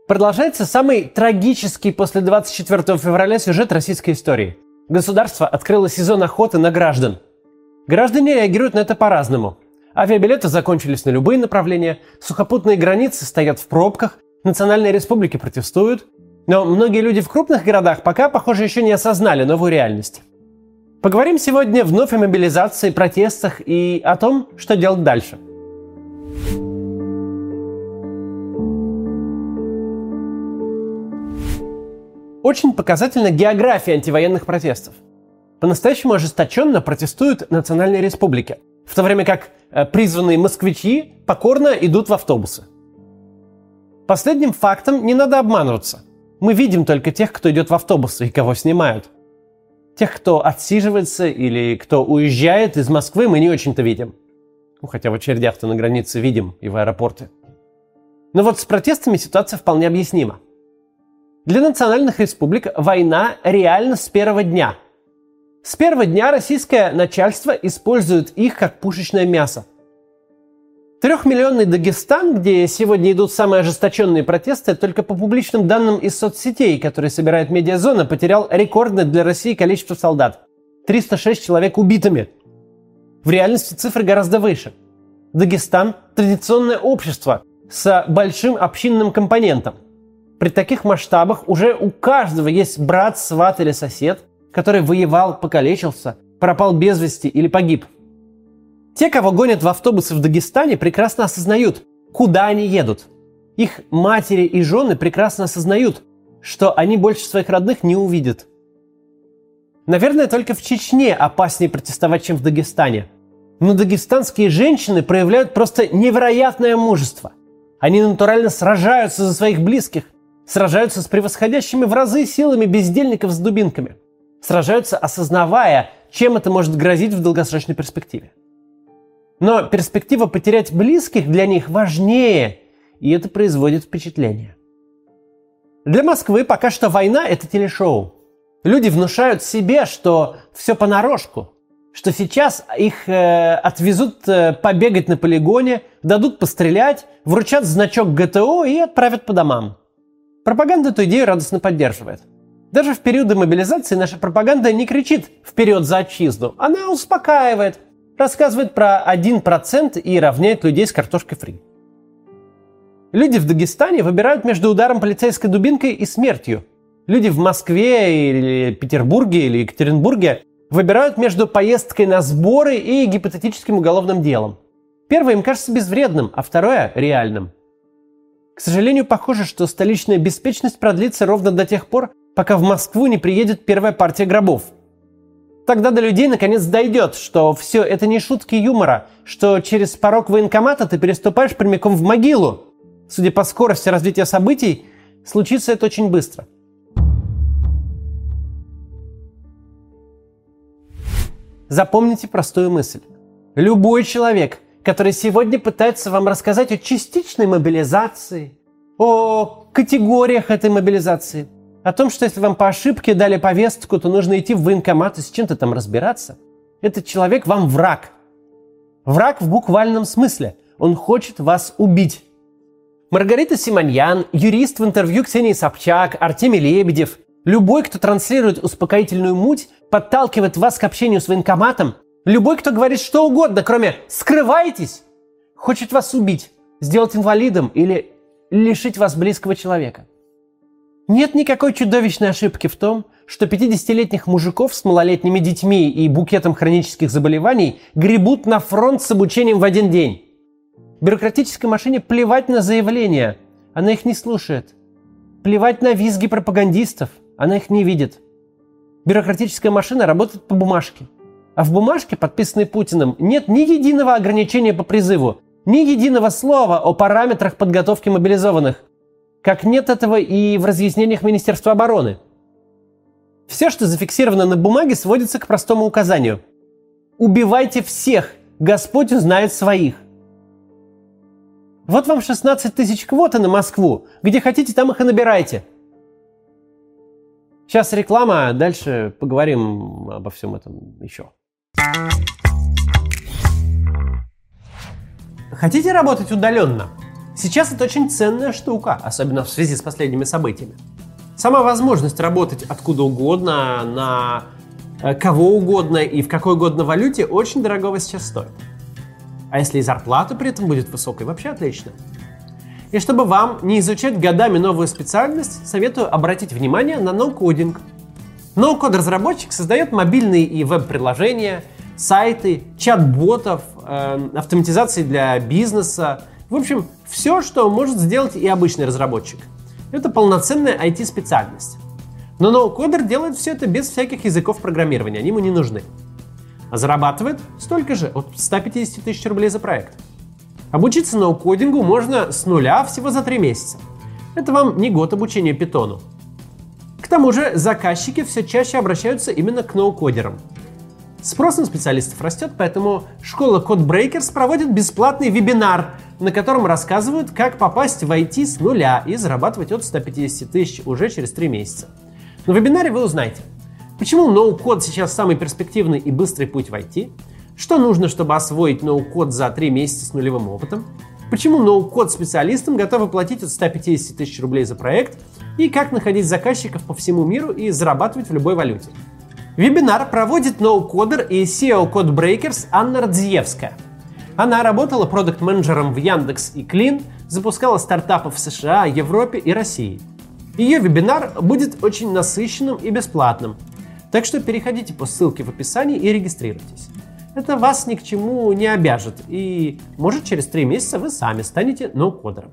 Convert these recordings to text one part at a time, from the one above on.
Продолжается самый трагический после 24 февраля сюжет российской истории. Государство открыло сезон охоты на граждан. Граждане реагируют на это по-разному. Авиабилеты закончились на любые направления, сухопутные границы стоят в пробках, национальные республики протестуют. Но многие люди в крупных городах пока, похоже, еще не осознали новую реальность. Поговорим сегодня вновь о мобилизации, протестах и о том, что делать дальше. Очень показательна география антивоенных протестов. По-настоящему ожесточенно протестуют национальные республики, в то время как призванные москвичи покорно идут в автобусы. Последним фактом не надо обманываться. Мы видим только тех, кто идет в автобусы и кого снимают. Тех, кто отсиживается или кто уезжает из Москвы, мы не очень-то видим. Хотя в очередях-то на границе видим и в аэропорте. Но вот с протестами ситуация вполне объяснима. Для национальных республик война реально с первого дня. С первого дня российское начальство использует их как пушечное мясо. 3-миллионный Дагестан, где сегодня идут самые ожесточенные протесты, только по публичным данным из соцсетей, которые собирает Медиазона, потерял рекордное для России количество солдат. 306 человек убитыми. В реальности цифры гораздо выше. Дагестан – традиционное общество с большим общинным компонентом. При таких масштабах уже у каждого есть брат, сват или сосед, который воевал, покалечился, пропал без вести или погиб. Те, кого гонят в автобусы в Дагестане, прекрасно осознают, куда они едут. Их матери и жены прекрасно осознают, что они больше своих родных не увидят. Наверное, только в Чечне опаснее протестовать, чем в Дагестане. Но дагестанские женщины проявляют просто невероятное мужество. Они натурально сражаются за своих близких, сражаются с превосходящими в разы силами бездельников с дубинками. Сражаются, осознавая, чем это может грозить в долгосрочной перспективе. Но перспектива потерять близких для них важнее, и это производит впечатление. Для Москвы пока что война – это телешоу. Люди внушают себе, что все понарошку, что сейчас их отвезут побегать на полигоне, дадут пострелять, вручат значок ГТО и отправят по домам. Пропаганда эту идею радостно поддерживает. Даже в периоды мобилизации наша пропаганда не кричит «вперед за отчизну», она успокаивает, рассказывает про 1% и равняет людей с картошкой фри. Люди в Дагестане выбирают между ударом полицейской дубинкой и смертью. Люди в Москве или Петербурге или Екатеринбурге выбирают между поездкой на сборы и гипотетическим уголовным делом. Первое им кажется безвредным, а второе – реальным. К сожалению, похоже, что столичная беспечность продлится ровно до тех пор, пока в Москву не приедет первая партия гробов. Тогда до людей наконец дойдет, что все это не шутки юмора, что через порог военкомата ты переступаешь прямиком в могилу. Судя по скорости развития событий, случится это очень быстро. Запомните простую мысль. Любой человек, который сегодня пытается вам рассказать о частичной мобилизации, о категориях этой мобилизации, о том, что если вам по ошибке дали повестку, то нужно идти в военкомат и с чем-то там разбираться, этот человек вам враг. Враг в буквальном смысле. Он хочет вас убить. Маргарита Симоньян, юрист в интервью Ксении Собчак, Артемий Лебедев, любой, кто транслирует успокоительную муть, подталкивает вас к общению с военкоматом, любой, кто говорит что угодно, кроме «скрывайтесь», хочет вас убить, сделать инвалидом или лишить вас близкого человека. Нет никакой чудовищной ошибки в том, что 50-летних мужиков с малолетними детьми и букетом хронических заболеваний гребут на фронт с обучением в один день. Бюрократической машине плевать на заявления, она их не слушает. Плевать на визги пропагандистов, она их не видит. Бюрократическая машина работает по бумажке. А в бумажке, подписанной Путиным, нет ни единого ограничения по призыву, ни единого слова о параметрах подготовки мобилизованных. Как нет этого и в разъяснениях Министерства обороны. Все, что зафиксировано на бумаге, сводится к простому указанию. Убивайте всех, Господь узнает своих. Вот вам 16 тысяч квоты на Москву. Где хотите, там их и набирайте. Сейчас реклама, а дальше поговорим обо всем этом еще. Хотите работать удаленно? Сейчас это очень ценная штука, особенно в связи с последними событиями. Сама возможность работать откуда угодно, на кого угодно и в какой угодно валюте очень дорогого сейчас стоит. А если и зарплата при этом будет высокой, вообще отлично. И чтобы вам не изучать годами новую специальность, советую обратить внимание на ноу-кодинг. Ноу-код-разработчик создает мобильные и веб-приложения, сайты, чат-ботов, автоматизации для бизнеса. В общем, все, что может сделать и обычный разработчик. Это полноценная IT-специальность. Но ноу-кодер делает все это без всяких языков программирования, они ему не нужны. А зарабатывает столько же, от 150 тысяч рублей за проект. Обучиться ноу-кодингу можно с нуля всего за 3 месяца. Это вам не год обучения питону. К тому же заказчики все чаще обращаются именно к ноу-кодерам. Спрос на специалистов растет, поэтому школа Codebreakers проводит бесплатный вебинар, на котором рассказывают, как попасть в IT с нуля и зарабатывать от 150 тысяч уже через 3 месяца. На вебинаре вы узнаете, почему ноу-код сейчас самый перспективный и быстрый путь в IT, что нужно, чтобы освоить ноу-код за 3 месяца с нулевым опытом, почему ноу-код специалистам готовы платить от 150 тысяч рублей за проект и как находить заказчиков по всему миру и зарабатывать в любой валюте. Вебинар проводит ноу-кодер и SEO Codebreakers Анна Радзиевская. Она работала продакт-менеджером в Яндекс и Клин, запускала стартапы в США, Европе и России. Ее вебинар будет очень насыщенным и бесплатным, так что переходите по ссылке в описании и регистрируйтесь. Это вас ни к чему не обяжет, и может через 3 месяца вы сами станете ноу-кодером.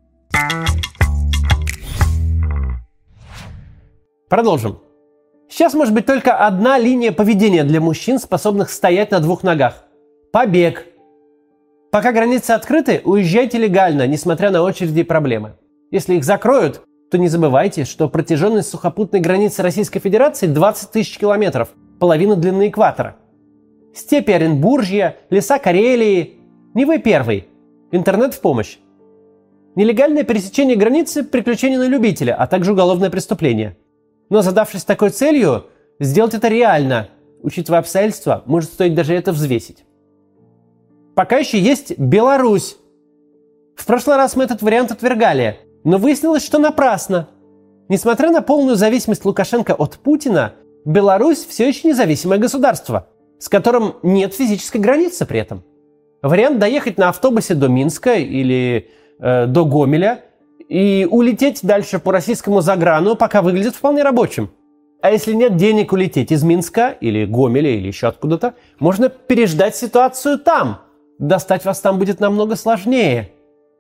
Продолжим. Сейчас может быть только одна линия поведения для мужчин, способных стоять на 2 ногах. Побег. Пока границы открыты, уезжайте легально, несмотря на очереди и проблемы. Если их закроют, то не забывайте, что протяженность сухопутной границы Российской Федерации 20 тысяч километров, половина длины экватора. Степи Оренбуржья, леса Карелии. Не вы первый. Интернет в помощь. Нелегальное пересечение границы – приключение на любителя, а также уголовное преступление. Но задавшись такой целью, сделать это реально, учитывая обстоятельства, может стоить даже это взвесить. Пока еще есть Беларусь. В прошлый раз мы этот вариант отвергали, но выяснилось, что напрасно. Несмотря на полную зависимость Лукашенко от Путина, Беларусь все еще независимое государство, с которым нет физической границы при этом. Вариант доехать на автобусе до Минска или до Гомеля и улететь дальше по российскому заграну пока выглядит вполне рабочим. А если нет денег улететь из Минска или Гомеля или еще откуда-то, можно переждать ситуацию там. Достать вас там будет намного сложнее.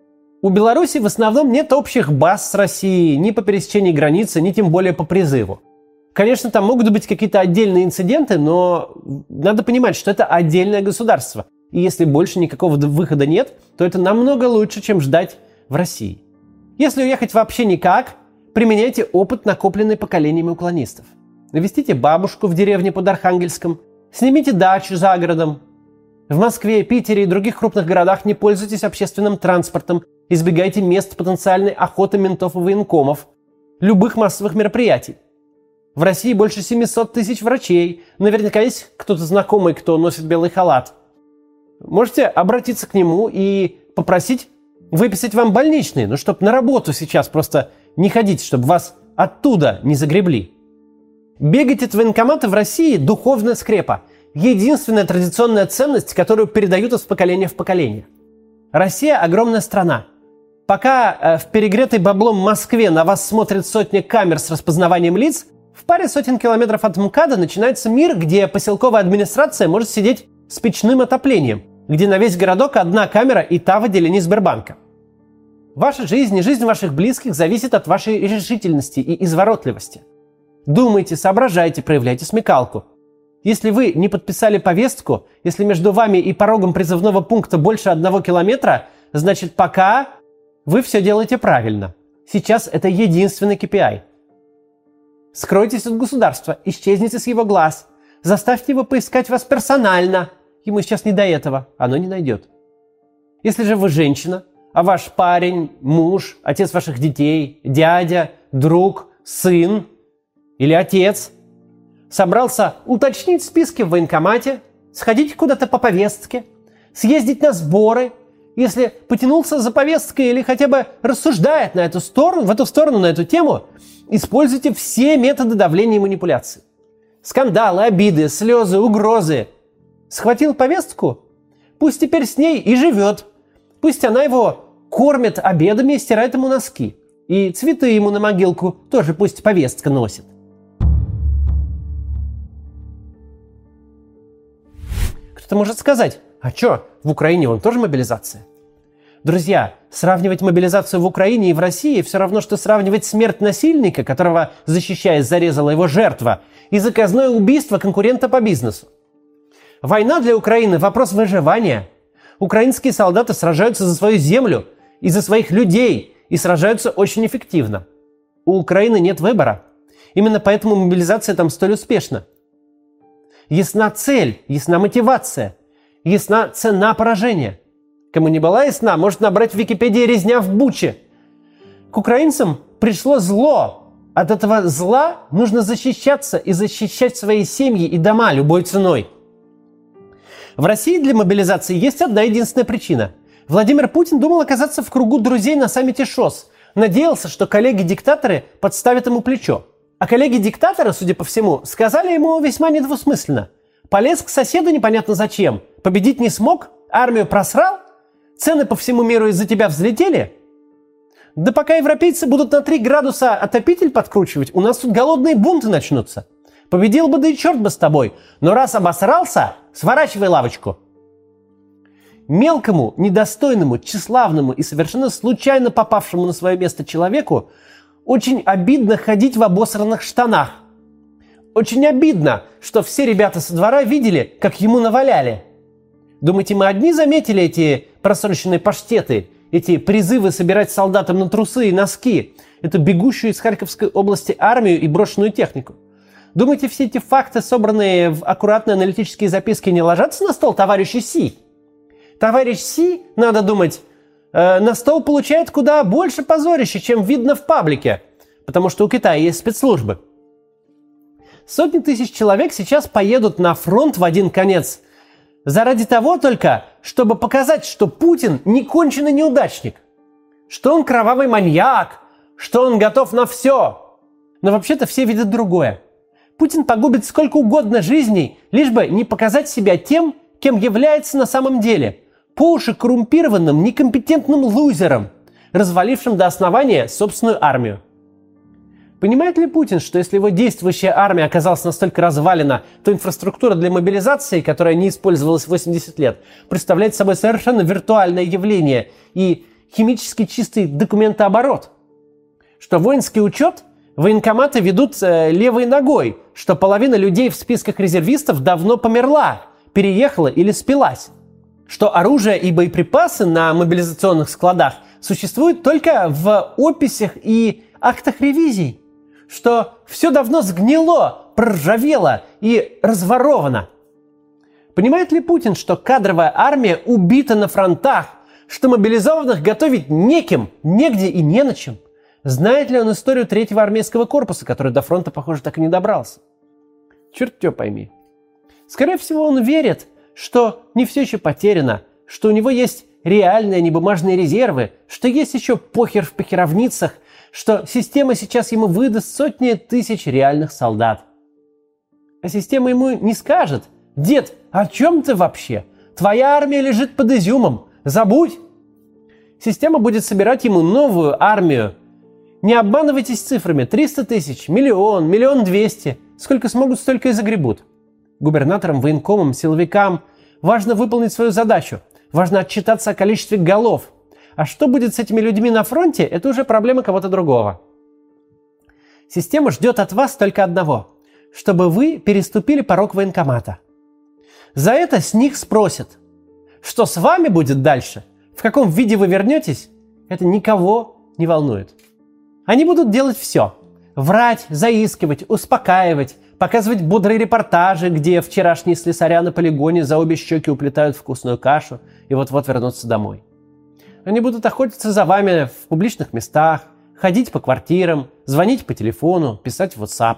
У Беларуси в основном нет общих баз с Россией ни по пересечении границы, ни тем более по призыву. Конечно, там могут быть какие-то отдельные инциденты, но надо понимать, что это отдельное государство. И если больше никакого выхода нет, то это намного лучше, чем ждать в России. Если уехать вообще никак, применяйте опыт, накопленный поколениями уклонистов. Навестите бабушку в деревне под Архангельском, снимите дачу за городом. В Москве, Питере и других крупных городах не пользуйтесь общественным транспортом, избегайте мест потенциальной охоты ментов и военкомов, любых массовых мероприятий. В России больше 700 тысяч врачей. Наверняка есть кто-то знакомый, кто носит белый халат. Можете обратиться к нему и попросить выписать вам больничный, ну, чтобы на работу сейчас просто не ходить, чтобы вас оттуда не загребли. Бегать от военкомата в России – духовная скрепа. Единственная традиционная ценность, которую передают из поколения в поколение. Россия – огромная страна. Пока в перегретой баблом Москве на вас смотрят сотни камер с распознаванием лиц, в паре сотен километров от МКАДа начинается мир, где поселковая администрация может сидеть с печным отоплением, где на весь городок одна камера и та в отделении Сбербанка. Ваша жизнь и жизнь ваших близких зависит от вашей решительности и изворотливости. Думайте, соображайте, проявляйте смекалку. Если вы не подписали повестку, если между вами и порогом призывного пункта больше 1 километра, значит пока вы все делаете правильно. Сейчас это единственный KPI. Скройтесь от государства, исчезните с его глаз. Заставьте его поискать вас персонально. Ему сейчас не до этого, оно не найдет. Если же вы женщина, а ваш парень, муж, отец ваших детей, дядя, друг, сын или отец собрался уточнить списки в военкомате, сходить куда-то по повестке, съездить на сборы, если потянулся за повесткой или хотя бы рассуждает на эту сторону, на эту тему, используйте все методы давления и манипуляции. Скандалы, обиды, слезы, угрозы. Схватил повестку? Пусть теперь с ней и живет. Пусть она его кормит обедами и стирает ему носки. И цветы ему на могилку тоже пусть повестка носит. Кто-то может сказать, а что, в Украине вон тоже мобилизация? Друзья, сравнивать мобилизацию в Украине и в России все равно, что сравнивать смерть насильника, которого, защищаясь, зарезала его жертва, и заказное убийство конкурента по бизнесу. Война для Украины – вопрос выживания. Украинские солдаты сражаются за свою землю и за своих людей, и сражаются очень эффективно. У Украины нет выбора. Именно поэтому мобилизация там столь успешна. Ясна цель, ясна мотивация, ясна цена поражения. Кому не была ясна, может набрать в Википедии «Резня в Буче». К украинцам пришло зло. От этого зла нужно защищаться и защищать свои семьи и дома любой ценой. В России для мобилизации есть одна единственная причина. Владимир Путин думал оказаться в кругу друзей на саммите ШОС. Надеялся, что коллеги-диктаторы подставят ему плечо. А коллеги-диктаторы, судя по всему, сказали ему весьма недвусмысленно. Полез к соседу непонятно зачем. Победить не смог, армию просрал, цены по всему миру из-за тебя взлетели. Да пока европейцы будут на 3 градуса отопитель подкручивать, у нас тут голодные бунты начнутся. Победил бы, да и черт бы с тобой. Но раз обосрался, сворачивай лавочку. Мелкому, недостойному, тщеславному и совершенно случайно попавшему на свое место человеку очень обидно ходить в обосранных штанах. Очень обидно, что все ребята со двора видели, как ему наваляли. Думаете, мы одни заметили эти просроченные паштеты, эти призывы собирать солдатам на трусы и носки, эту бегущую из Харьковской области армию и брошенную технику? Думаете, все эти факты, собранные в аккуратные аналитические записки, не ложатся на стол товарища Си? Товарищ Си, надо думать, на стол получает куда больше позорища, чем видно в паблике, потому что у Китая есть спецслужбы. Сотни тысяч человек сейчас поедут на фронт в один конец заради того только, чтобы показать, что Путин не конченый неудачник, что он кровавый маньяк, что он готов на все. Но вообще-то все видят другое. Путин погубит сколько угодно жизней, лишь бы не показать себя тем, кем является на самом деле – по уши коррумпированным, некомпетентным лузером, развалившим до основания собственную армию. Понимает ли Путин, что если его действующая армия оказалась настолько развалена, то инфраструктура для мобилизации, которая не использовалась 80 лет, представляет собой совершенно виртуальное явление и химически чистый документооборот? Что воинский учет военкоматы ведут левой ногой, что половина людей в списках резервистов давно померла, переехала или спилась. Что оружие и боеприпасы на мобилизационных складах существуют только в описях и актах ревизий. Что все давно сгнило, проржавело и разворовано. Понимает ли Путин, что кадровая армия убита на фронтах, что мобилизованных готовить неким, негде и не на чем? Знает ли он историю 3-го армейского корпуса, который до фронта, похоже, так и не добрался? Черт тебя пойми. Скорее всего, он верит, что не все еще потеряно, что у него есть реальные небумажные резервы, что есть еще похер в похеровницах, что система сейчас ему выдаст сотни тысяч реальных солдат. А система ему не скажет: «Дед, о чем ты вообще? Твоя армия лежит под изюмом, забудь!» Система будет собирать ему новую армию. Не обманывайтесь цифрами: 300 тысяч, миллион, 1 200 000. Сколько смогут, столько и загребут. Губернаторам, военкомам, силовикам важно выполнить свою задачу. Важно отчитаться о количестве голов. А что будет с этими людьми на фронте, это уже проблема кого-то другого. Система ждет от вас только одного: чтобы вы переступили порог военкомата. За это с них спросят. Что с вами будет дальше, в каком виде вы вернетесь, это никого не волнует. Они будут делать все. Врать, заискивать, успокаивать, показывать бодрые репортажи, где вчерашние слесаря на полигоне за обе щеки уплетают вкусную кашу и вот-вот вернутся домой. Они будут охотиться за вами в публичных местах, ходить по квартирам, звонить по телефону, писать в WhatsApp.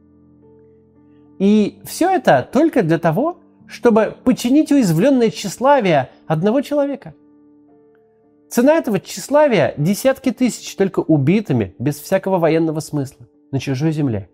И все это только для того, чтобы подчинить уязвленное тщеславие одного человека. Цена этого тщеславия – десятки тысяч только убитыми, без всякого военного смысла, на чужой земле.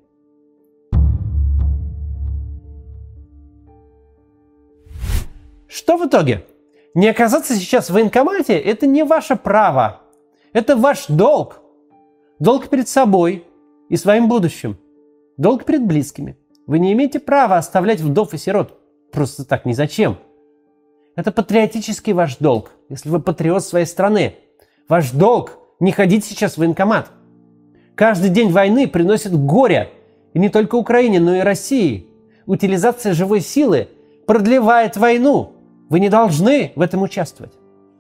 Что в итоге? Не оказаться сейчас в военкомате – это не ваше право. Это ваш долг. Долг перед собой и своим будущим. Долг перед близкими. Вы не имеете права оставлять вдов и сирот просто так ни зачем. Это патриотический ваш долг, если вы патриот своей страны. Ваш долг – не ходить сейчас в военкомат. Каждый день войны приносит горе. И не только Украине, но и России. Утилизация живой силы продлевает войну. Вы не должны в этом участвовать.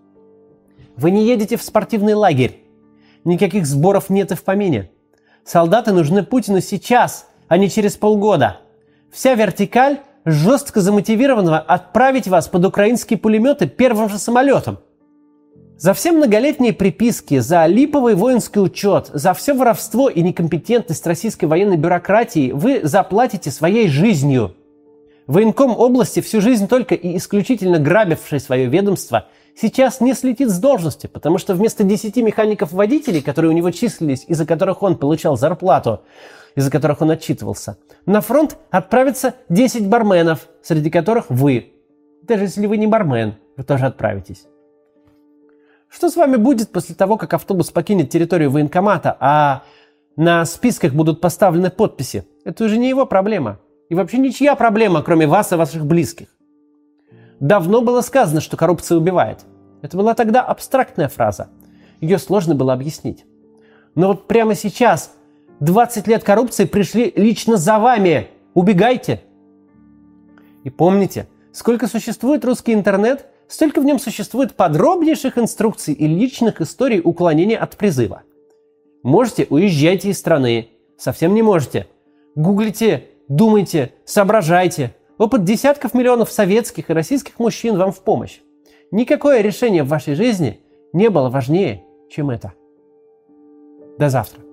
Вы не едете в спортивный лагерь. Никаких сборов нет и в помине. Солдаты нужны Путину сейчас, а не через полгода. Вся вертикаль жестко замотивирована отправить вас под украинские пулеметы первым же самолетом. За все многолетние приписки, за липовый воинский учет, за все воровство и некомпетентность российской военной бюрократии вы заплатите своей жизнью. Военком области, всю жизнь только и исключительно грабивший свое ведомство, сейчас не слетит с должности, потому что вместо 10 механиков-водителей, которые у него числились, из-за которых он получал зарплату, из-за которых он отчитывался, на фронт отправится 10 барменов, среди которых вы. Даже если вы не бармен, вы тоже отправитесь. Что с вами будет после того, как автобус покинет территорию военкомата, а на списках будут поставлены подписи? Это уже не его проблема. И вообще ничья проблема, кроме вас и ваших близких. Давно было сказано, что коррупция убивает. Это была тогда абстрактная фраза. Ее сложно было объяснить. Но вот прямо сейчас 20 лет коррупции пришли лично за вами. Убегайте. И помните, сколько существует русский интернет, столько в нем существует подробнейших инструкций и личных историй уклонения от призыва. Можете, уезжайте из страны. Совсем не можете. Гуглите, думайте, соображайте. Опыт десятков миллионов советских и российских мужчин вам в помощь. Никакое решение в вашей жизни не было важнее, чем это. До завтра.